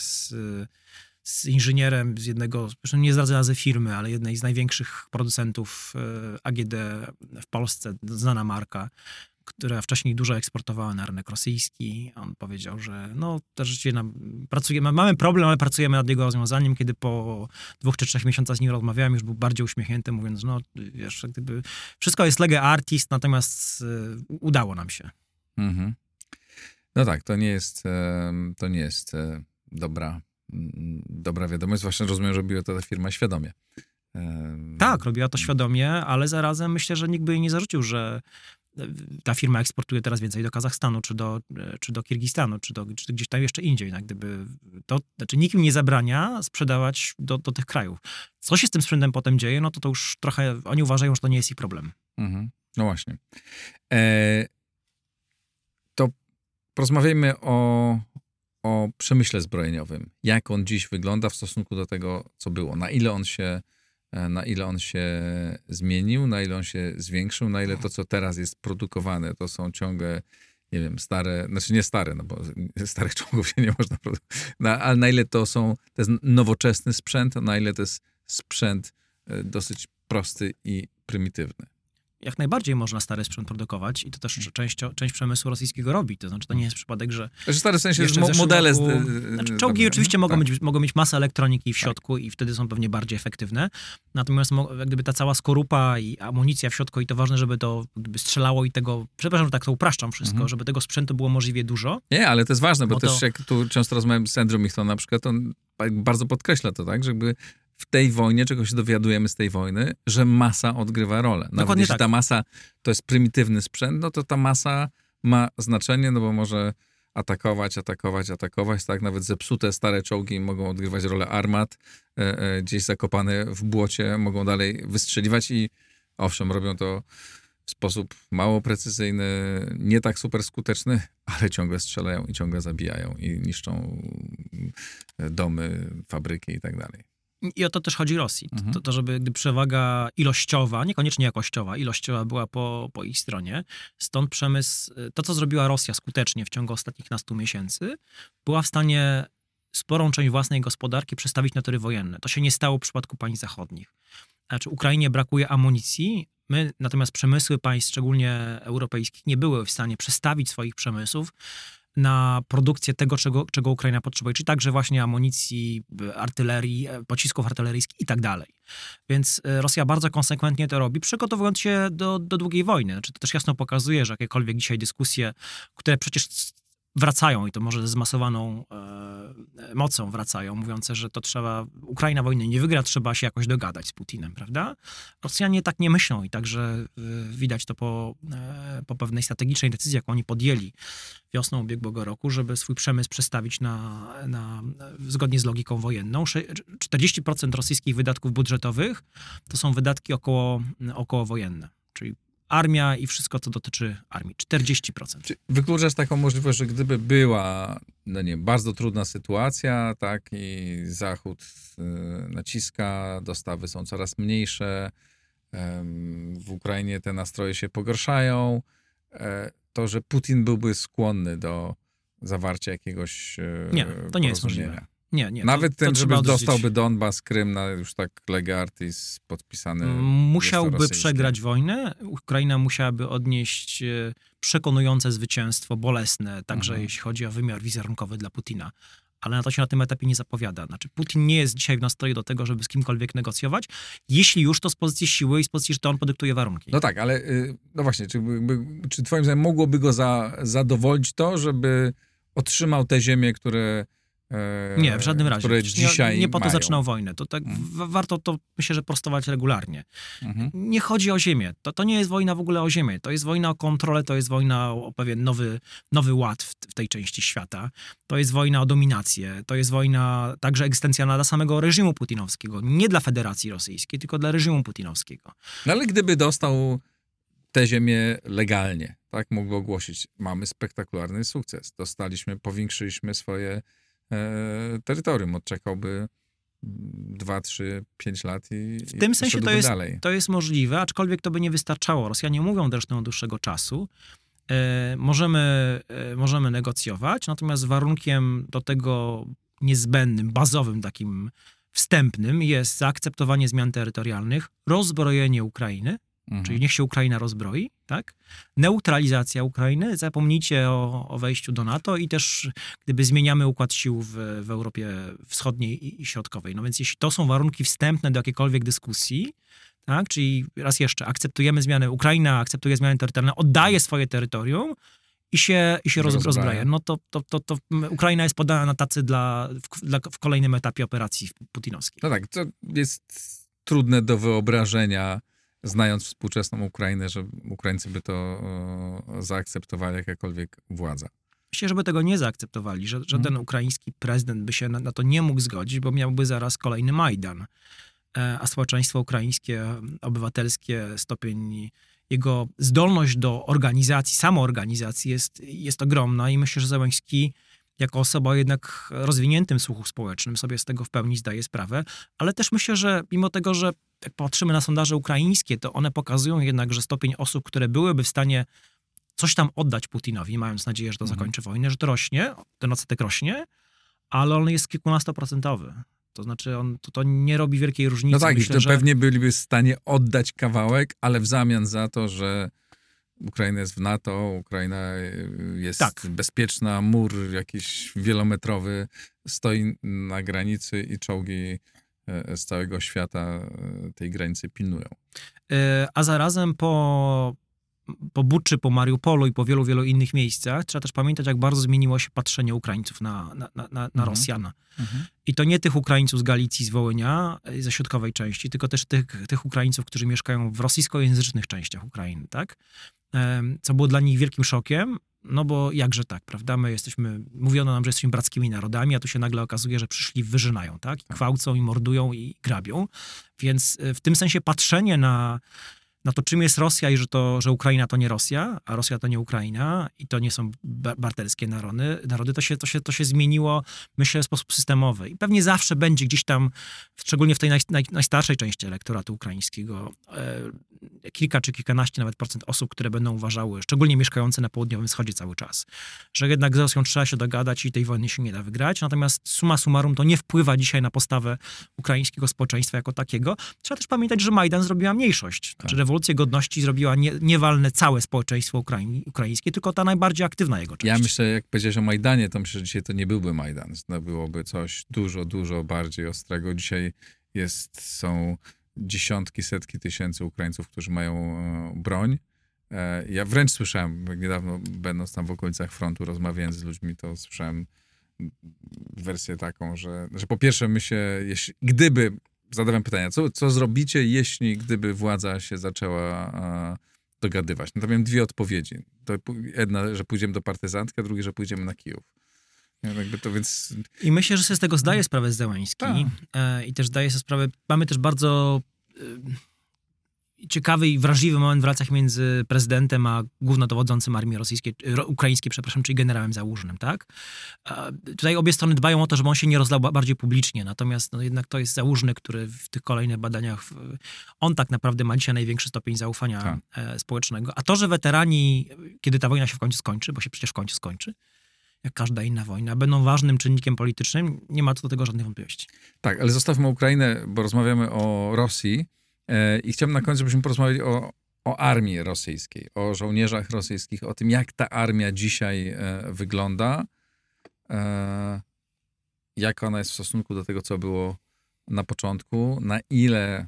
z inżynierem z jednego, zresztą nie zdradzę nazwy firmy, ale jednej z największych producentów AGD w Polsce, znana marka, która wcześniej dużo eksportowała na rynek rosyjski. On powiedział, że też mamy problem, ale pracujemy nad jego rozwiązaniem. Kiedy po 2 czy 3 miesiącach z nim rozmawiałem, już był bardziej uśmiechnięty, mówiąc, wiesz, gdyby wszystko jest lege artis, natomiast udało nam się. Mhm. No tak, to nie jest dobra wiadomość, zwłaszcza rozumiem, że robiła to ta firma świadomie. Tak, robiła to świadomie, ale zarazem myślę, że nikt by jej nie zarzucił, że ta firma eksportuje teraz więcej do Kazachstanu, czy do Kirgistanu, czy gdzieś tam jeszcze indziej. Znaczy nikt im nie zabrania sprzedawać do tych krajów. Co się z tym sprzętem potem dzieje, to już trochę oni uważają, że to nie jest ich problem. Mhm. No właśnie. To porozmawiajmy o przemyśle zbrojeniowym. Jak on dziś wygląda w stosunku do tego, co było? Na ile on się zmienił, na ile on się zwiększył, na ile to, co teraz jest produkowane, to są ciągle, nie wiem, stare, znaczy nie stare, bo starych czołgów się nie można produkować, ale na ile to jest nowoczesny sprzęt, a na ile to jest sprzęt dosyć prosty i prymitywny. Jak najbardziej można stary sprzęt produkować i to też część przemysłu rosyjskiego robi. To znaczy, to nie jest przypadek, że... Stary w sensie modele... czołgi oczywiście mogą mieć masę elektroniki w środku i wtedy są pewnie bardziej efektywne. Natomiast jak gdyby ta cała skorupa i amunicja w środku i to ważne, żeby to strzelało i tego... Przepraszam, że tak to upraszczam wszystko, żeby tego sprzętu było możliwie dużo. Nie, ale to jest ważne, bo też jak tu często rozmawiam z Andrew Michton na przykład, on bardzo podkreśla to, tak, żeby w tej wojnie, czego się dowiadujemy z tej wojny, że masa odgrywa rolę. Nawet jeśli ta masa to jest prymitywny sprzęt, to ta masa ma znaczenie, bo może atakować, tak? Nawet zepsute stare czołgi mogą odgrywać rolę armat, gdzieś zakopane w błocie mogą dalej wystrzeliwać i owszem, robią to w sposób mało precyzyjny, nie tak super skuteczny, ale ciągle strzelają i ciągle zabijają i niszczą domy, fabryki i tak dalej. I o to też chodzi Rosji. To żeby gdy przewaga ilościowa, niekoniecznie jakościowa, ilościowa była po ich stronie. Stąd przemysł, to co zrobiła Rosja skutecznie w ciągu ostatnich nastu miesięcy, była w stanie sporą część własnej gospodarki przestawić na tory wojenne. To się nie stało w przypadku państw zachodnich. Znaczy Ukrainie brakuje amunicji, my natomiast przemysły państw, szczególnie europejskich, nie były w stanie przestawić swoich przemysłów na produkcję tego, czego Ukraina potrzebuje, czyli także właśnie amunicji, artylerii, pocisków artyleryjskich i tak dalej. Więc Rosja bardzo konsekwentnie to robi, przygotowując się do długiej wojny. Znaczy, to też jasno pokazuje, że jakiekolwiek dzisiaj dyskusje, które przecież wracają i to może ze zmasowaną mocą wracają, mówiące, że to trzeba, Ukraina wojny nie wygra, trzeba się jakoś dogadać z Putinem, prawda? Rosjanie tak nie myślą i także widać to po pewnej strategicznej decyzji, jaką oni podjęli wiosną ubiegłego roku, żeby swój przemysł przestawić zgodnie z logiką wojenną. 40% rosyjskich wydatków budżetowych to są wydatki okołowojenne, czyli armia i wszystko, co dotyczy armii. 40%. Czy wykluczasz taką możliwość, że gdyby była, bardzo trudna sytuacja, tak, i Zachód naciska, dostawy są coraz mniejsze, w Ukrainie te nastroje się pogarszają, to, że Putin byłby skłonny do zawarcia jakiegoś Nie, to nie jest możliwe. Nie. Nawet ten, żeby dostałby Donbas, Krym na już tak lege artis podpisany. Musiałby przegrać wojnę. Ukraina musiałaby odnieść przekonujące zwycięstwo, bolesne, także jeśli chodzi o wymiar wizerunkowy dla Putina. Ale na to się na tym etapie nie zapowiada. Znaczy Putin nie jest dzisiaj w nastroju do tego, żeby z kimkolwiek negocjować. Jeśli już, to z pozycji siły i z pozycji, że to on podyktuje warunki. No tak, ale no właśnie, czy twoim zdaniem mogłoby go zadowolić to, żeby otrzymał te ziemie, które nie, w żadnym razie. Które dzisiaj nie po to mają. Zaczynał wojnę. To tak warto to, myślę, że prostować regularnie. Nie chodzi o ziemię. To nie jest wojna w ogóle o ziemię. To jest wojna o kontrolę, to jest wojna o pewien nowy ład w tej części świata. To jest wojna o dominację. To jest wojna także egzystencjalna dla samego reżimu putinowskiego. Nie dla Federacji Rosyjskiej, tylko dla reżimu putinowskiego. No ale gdyby dostał te ziemię legalnie, tak, mógł ogłosić, mamy spektakularny sukces. Powiększyliśmy swoje terytorium, odczekałby 2, 3, 5 lat i w tym sensie dalej. To jest możliwe, aczkolwiek to by nie wystarczało. Rosjanie mówią zresztą od dłuższego czasu. Możemy negocjować, natomiast warunkiem do tego niezbędnym, bazowym, takim wstępnym jest zaakceptowanie zmian terytorialnych, rozbrojenie Ukrainy, czyli niech się Ukraina rozbroi, tak? Neutralizacja Ukrainy, zapomnijcie o wejściu do NATO i też gdyby zmieniamy układ sił w Europie Wschodniej i Środkowej. No więc jeśli to są warunki wstępne do jakiejkolwiek dyskusji, tak? Czyli raz jeszcze akceptujemy zmiany, Ukraina akceptuje zmiany terytorialne, oddaje swoje terytorium i się rozbraja. No to Ukraina jest podana na tacy w kolejnym etapie operacji putinowskiej. No tak, to jest trudne do wyobrażenia, znając współczesną Ukrainę, że Ukraińcy by to zaakceptowali, jakakolwiek władza. Myślę, żeby tego nie zaakceptowali, że ten ukraiński prezydent by się na to nie mógł zgodzić, bo miałby zaraz kolejny Majdan. A społeczeństwo ukraińskie, obywatelskie, stopień, jego zdolność do organizacji, samoorganizacji jest ogromna i myślę, że Zełenski jako osoba o jednak rozwiniętym słuchu społecznym sobie z tego w pełni zdaje sprawę, ale też myślę, że mimo tego, że jak patrzymy na sondaże ukraińskie, to one pokazują jednak, że stopień osób, które byłyby w stanie coś tam oddać Putinowi, mając nadzieję, że to zakończy wojnę, że to rośnie, ten odsetek rośnie, ale on jest kilkunastoprocentowy. To znaczy to nie robi wielkiej różnicy. No tak, myślę, to pewnie byliby w stanie oddać kawałek, ale w zamian za to, że Ukraina jest w NATO, Ukraina jest bezpieczna, mur jakiś wielometrowy stoi na granicy i czołgi z całego świata tej granicy pilnują. A zarazem po Buczy, po Mariupolu i po wielu, wielu innych miejscach trzeba też pamiętać, jak bardzo zmieniło się patrzenie Ukraińców na Rosjana. I to nie tych Ukraińców z Galicji, z Wołynia, ze środkowej części, tylko też tych Ukraińców, którzy mieszkają w rosyjskojęzycznych częściach Ukrainy, tak? Co było dla nich wielkim szokiem, no bo jakże tak, prawda? Mówiono nam, że jesteśmy brackimi narodami, a tu się nagle okazuje, że przyszli, wyżynają, tak? I gwałcą, i mordują, i grabią. Więc w tym sensie patrzenie na to, czym jest Rosja i że Ukraina to nie Rosja, a Rosja to nie Ukraina i to nie są barterskie narody, to się zmieniło, myślę, w sposób systemowy. I pewnie zawsze będzie gdzieś tam, szczególnie w tej najstarszej części elektoratu ukraińskiego, kilka czy kilkanaście nawet procent osób, które będą uważały, szczególnie mieszkające na południowym wschodzie cały czas, że jednak z Rosją trzeba się dogadać i tej wojny się nie da wygrać. Natomiast summa summarum to nie wpływa dzisiaj na postawę ukraińskiego społeczeństwa jako takiego. Trzeba też pamiętać, że Majdan zrobiła mniejszość. Znaczy rewolucję godności zrobiła niewalne całe społeczeństwo ukraińskie, tylko ta najbardziej aktywna jego część. Ja myślę, jak powiedziałeś o Majdanie, to myślę, że dzisiaj to nie byłby Majdan. To byłoby coś dużo, dużo bardziej ostrego. Dzisiaj są dziesiątki, setki tysięcy Ukraińców, którzy mają broń. Ja wręcz słyszałem, jak niedawno będąc tam w okolicach frontu, rozmawiając z ludźmi, to słyszałem wersję taką, że po pierwsze zadawałem pytania, co zrobicie, gdyby władza się zaczęła dogadywać? No to miałem dwie odpowiedzi. To jedna, że pójdziemy do partyzantki, a drugie, że pójdziemy na Kijów. I myślę, że sobie z tego zdaje sprawę Zełenski. I też zdaje sobie sprawę, mamy też bardzo ciekawy i wrażliwy moment w relacjach między prezydentem a głównodowodzącym armii ukraińskiej, czyli generałem Załużnym, tak? Tutaj obie strony dbają o to, żeby on się nie rozlał bardziej publicznie, natomiast jednak to jest Załużny, który w tych kolejnych badaniach, on tak naprawdę ma dzisiaj największy stopień zaufania społecznego. A to, że weterani, kiedy ta wojna się w końcu skończy, bo się przecież w końcu skończy, jak każda inna wojna, będą ważnym czynnikiem politycznym, nie ma co do tego żadnej wątpliwości. Tak, ale zostawmy Ukrainę, bo rozmawiamy o Rosji i chciałbym na końcu, żebyśmy porozmawiali o armii rosyjskiej, o żołnierzach rosyjskich, o tym, jak ta armia dzisiaj wygląda, jak ona jest w stosunku do tego, co było na początku, na ile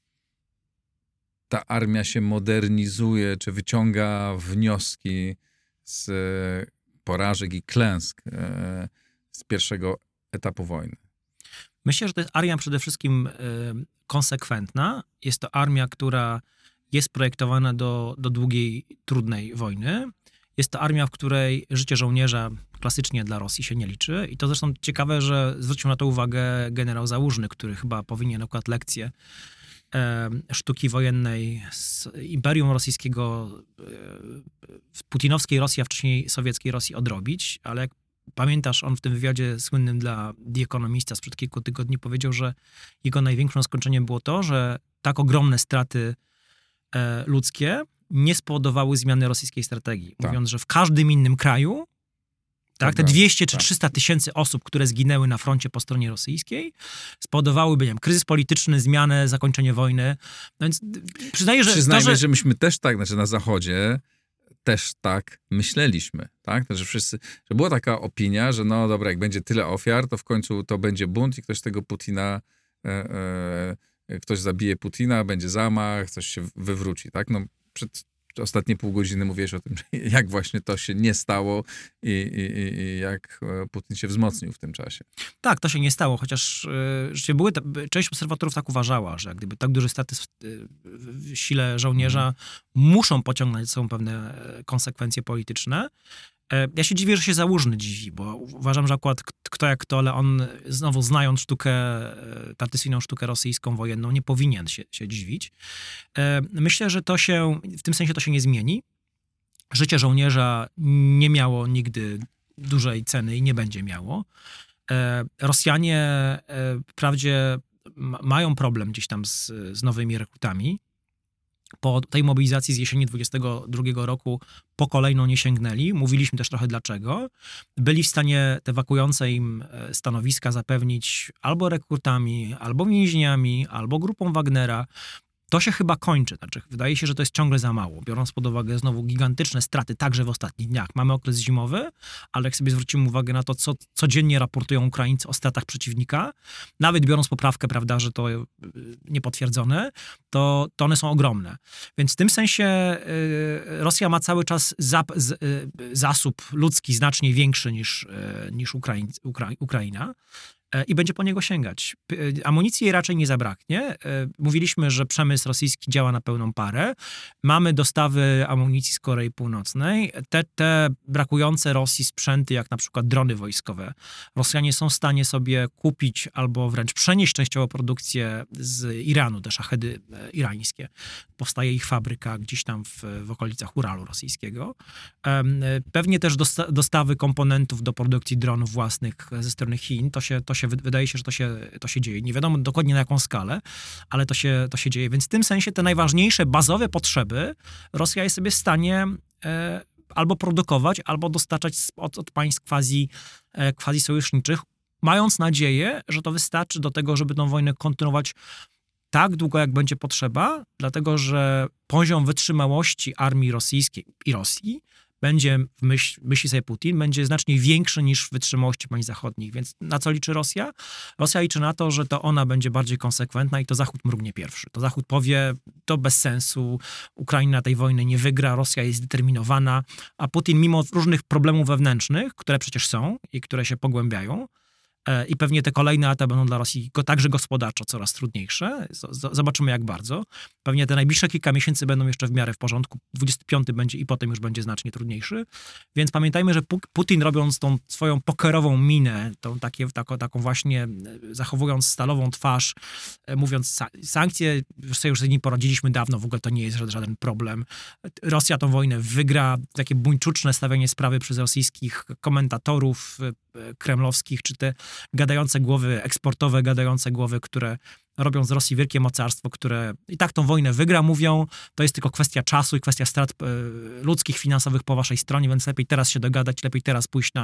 ta armia się modernizuje, czy wyciąga wnioski z porażek i klęsk z pierwszego etapu wojny. Myślę, że to jest armia przede wszystkim konsekwentna. Jest to armia, która jest projektowana do długiej, trudnej wojny. Jest to armia, w której życie żołnierza klasycznie dla Rosji się nie liczy. I to zresztą ciekawe, że zwrócił na to uwagę generał Załużny, który chyba powinien akurat lekcję sztuki wojennej z Imperium Rosyjskiego, w putinowskiej Rosji, a wcześniej sowieckiej Rosji odrobić, ale jak pamiętasz, on w tym wywiadzie słynnym dla The Economista sprzed kilku tygodni powiedział, że jego największym zaskoczeniem było to, że tak ogromne straty ludzkie nie spowodowały zmiany rosyjskiej strategii. Tak. Mówiąc, że w każdym innym kraju te 200 czy 300 tysięcy osób, które zginęły na froncie po stronie rosyjskiej, spowodowałyby, nie wiem, kryzys polityczny, zmianę, zakończenie wojny. No więc Przyznajmy, że myśmy też tak, znaczy na Zachodzie też tak myśleliśmy, tak? Że była taka opinia, że no dobra, jak będzie tyle ofiar, to w końcu to będzie bunt i ktoś tego Putina, ktoś zabije Putina, będzie zamach, coś się wywróci, tak? No przed ostatnie pół godziny mówiłeś o tym, jak właśnie to się nie stało i jak Putin się wzmocnił w tym czasie. Tak, to się nie stało, chociaż część obserwatorów tak uważała, że jak gdyby tak duże straty w sile żołnierza muszą pociągnąć ze sobą pewne konsekwencje polityczne. Ja się dziwię, że się Załużny dziwi, bo uważam, że akurat kto jak kto, ale on znowu znając sztukę, tradycyjną sztukę rosyjską wojenną, nie powinien się dziwić. Myślę, że to się, w tym sensie to się nie zmieni. Życie żołnierza nie miało nigdy dużej ceny i nie będzie miało. Rosjanie wprawdzie mają problem gdzieś tam z nowymi rekrutami. Po tej mobilizacji z jesieni 22 roku po kolejną nie sięgnęli. Mówiliśmy też trochę dlaczego. Byli w stanie te wakujące im stanowiska zapewnić albo rekrutami, albo więźniami, albo grupą Wagnera. To się chyba kończy. Znaczy, wydaje się, że to jest ciągle za mało, biorąc pod uwagę znowu gigantyczne straty także w ostatnich dniach. Mamy okres zimowy, ale jak sobie zwrócimy uwagę na to, co codziennie raportują Ukraińcy o stratach przeciwnika, nawet biorąc poprawkę, prawda, że to niepotwierdzone, to one są ogromne. Więc w tym sensie Rosja ma cały czas zasób ludzki znacznie większy niż Ukraina. I będzie po niego sięgać. Amunicji jej raczej nie zabraknie. Mówiliśmy, że przemysł rosyjski działa na pełną parę. Mamy dostawy amunicji z Korei Północnej. Te brakujące Rosji sprzęty, jak na przykład drony wojskowe, Rosjanie są w stanie sobie kupić albo wręcz przenieść częściowo produkcję z Iranu, te szachedy irańskie. Powstaje ich fabryka gdzieś tam w okolicach Uralu rosyjskiego. Pewnie też dostawy komponentów do produkcji dronów własnych ze strony Chin, to się wydaje się, że to się dzieje. Nie wiadomo dokładnie na jaką skalę, ale to się dzieje. Więc w tym sensie te najważniejsze, bazowe potrzeby Rosja jest sobie w stanie albo produkować, albo dostarczać od państw quasi sojuszniczych, mając nadzieję, że to wystarczy do tego, żeby tę wojnę kontynuować tak długo, jak będzie potrzeba, dlatego że poziom wytrzymałości armii rosyjskiej i Rosji będzie, myśli sobie Putin, będzie znacznie większy niż wytrzymałości państw zachodnich. Więc na co liczy Rosja? Rosja liczy na to, że to ona będzie bardziej konsekwentna i to Zachód mrugnie pierwszy. To Zachód powie, to bez sensu, Ukraina tej wojny nie wygra, Rosja jest zdeterminowana, a Putin mimo różnych problemów wewnętrznych, które przecież są i które się pogłębiają, i pewnie te kolejne lata będą dla Rosji także gospodarczo coraz trudniejsze. Zobaczymy jak bardzo. Pewnie te najbliższe kilka miesięcy będą jeszcze w miarę w porządku. 25 będzie i potem już będzie znacznie trudniejszy. Więc pamiętajmy, że Putin robiąc tą swoją pokerową minę, taką właśnie zachowując stalową twarz, mówiąc sankcje, sobie już z nimi poradziliśmy dawno, w ogóle to nie jest żaden problem. Rosja tą wojnę wygra. Takie buńczuczne stawianie sprawy przez rosyjskich komentatorów kremlowskich, czy te gadające głowy, eksportowe gadające głowy, które robią z Rosji wielkie mocarstwo, które i tak tą wojnę wygra, mówią, to jest tylko kwestia czasu i kwestia strat ludzkich, finansowych po waszej stronie, więc lepiej teraz się dogadać, lepiej teraz pójść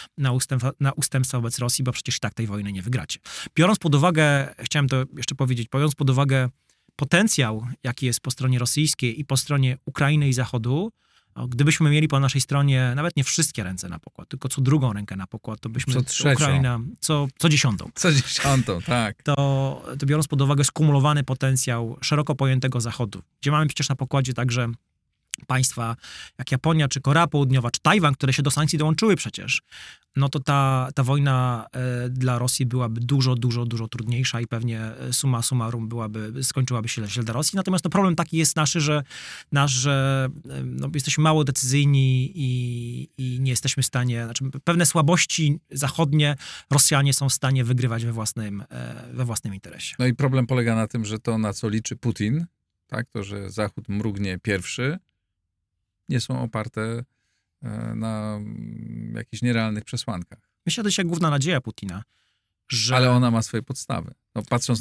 na ustępstwa wobec Rosji, bo przecież i tak tej wojny nie wygracie. Biorąc pod uwagę, chciałem to jeszcze powiedzieć, biorąc pod uwagę potencjał, jaki jest po stronie rosyjskiej i po stronie Ukrainy i Zachodu, gdybyśmy mieli po naszej stronie nawet nie wszystkie ręce na pokład, tylko co drugą rękę na pokład, to byśmy Ukraina co dziesiątą. Co dziesiątą, tak. To biorąc pod uwagę skumulowany potencjał szeroko pojętego Zachodu, gdzie mamy przecież na pokładzie także państwa jak Japonia, czy Korea Południowa, czy Tajwan, które się do sankcji dołączyły przecież, no to ta wojna dla Rosji byłaby dużo trudniejsza i pewnie summa summarum skończyłaby się źle dla Rosji. Natomiast no problem taki jest że no, jesteśmy mało decyzyjni i nie jesteśmy w stanie, znaczy pewne słabości zachodnie Rosjanie są w stanie wygrywać we własnym interesie. No i problem polega na tym, że to, na co liczy Putin, tak, to, że Zachód mrugnie pierwszy, nie są oparte na jakichś nierealnych przesłankach. Myślę, że to jest jak główna nadzieja Putina. Ale ona ma swoje podstawy. No, patrząc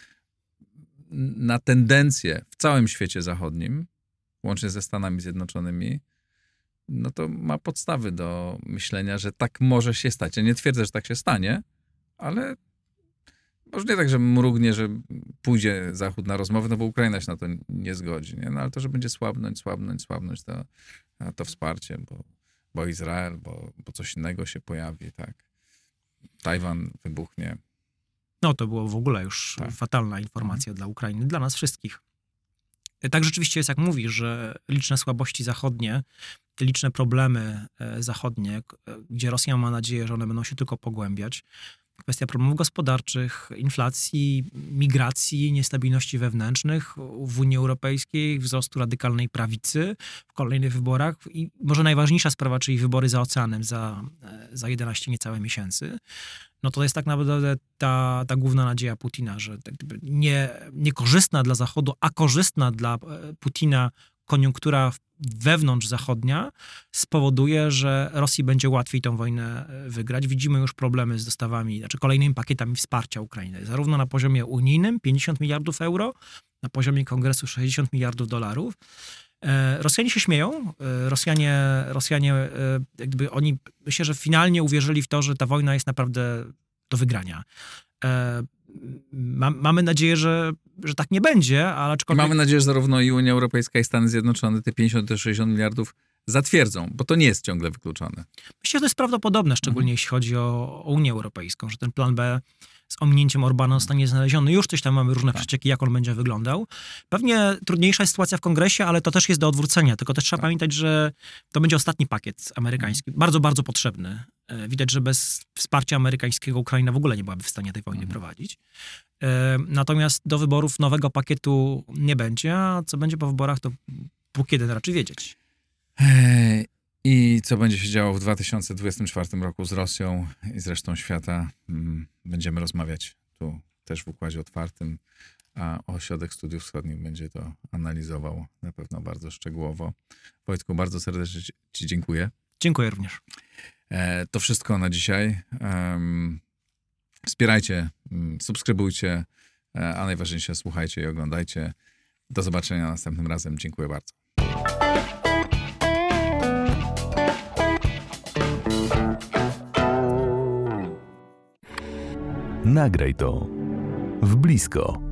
na tendencje w całym świecie zachodnim, łącznie ze Stanami Zjednoczonymi, no to ma podstawy do myślenia, że tak może się stać. Ja nie twierdzę, że tak się stanie, ale może nie tak, że mrugnie, że pójdzie Zachód na rozmowę, no bo Ukraina się na to nie zgodzi. Nie? No ale to, że będzie słabnąć to wsparcie, bo Izrael, bo coś innego się pojawi, tak. Tajwan wybuchnie. No to było w ogóle już fatalna informacja dla Ukrainy, dla nas wszystkich. Tak rzeczywiście jest, jak mówisz, że liczne słabości zachodnie, liczne problemy zachodnie, gdzie Rosja ma nadzieję, że one będą się tylko pogłębiać. Kwestia problemów gospodarczych, inflacji, migracji, niestabilności wewnętrznych w Unii Europejskiej, wzrostu radykalnej prawicy w kolejnych wyborach i może najważniejsza sprawa, czyli wybory za oceanem za 11 niecałe miesięcy. No to jest tak naprawdę ta główna nadzieja Putina, że tak niekorzystna dla Zachodu, a korzystna dla Putina koniunktura wewnątrz zachodnia spowoduje, że Rosji będzie łatwiej tę wojnę wygrać. Widzimy już problemy z dostawami, znaczy kolejnymi pakietami wsparcia Ukrainy. Zarówno na poziomie unijnym 50 miliardów euro, na poziomie Kongresu 60 miliardów dolarów. Rosjanie się śmieją. Rosjanie jakby oni, myślę, że finalnie uwierzyli w to, że ta wojna jest naprawdę do wygrania. Mamy nadzieję, że tak nie będzie, ale aczkolwiek... Mamy nadzieję, że zarówno i Unia Europejska, i Stany Zjednoczone te 50-60 miliardów zatwierdzą, bo to nie jest ciągle wykluczone. Myślę, że to jest prawdopodobne, szczególnie jeśli chodzi o Unię Europejską, że ten plan B z ominięciem Orbana zostanie znaleziony. Już coś tam mamy różne przecieki, jak on będzie wyglądał. Pewnie trudniejsza jest sytuacja w Kongresie, ale to też jest do odwrócenia. Tylko też trzeba pamiętać, że to będzie ostatni pakiet amerykański. Bardzo, bardzo potrzebny. Widać, że bez wsparcia amerykańskiego Ukraina w ogóle nie byłaby w stanie tej wojny prowadzić. Natomiast do wyborów nowego pakietu nie będzie, a co będzie po wyborach, to Bóg jeden raczy wiedzieć. I co będzie się działo w 2024 roku z Rosją i z resztą świata, będziemy rozmawiać tu też w Układzie Otwartym, a Ośrodek Studiów Wschodnich będzie to analizował na pewno bardzo szczegółowo. Wojtku, bardzo serdecznie Ci dziękuję. Dziękuję również. To wszystko na dzisiaj. Wspierajcie, subskrybujcie, a najważniejsze słuchajcie i oglądajcie. Do zobaczenia następnym razem. Dziękuję bardzo. Nagraj to w blisko.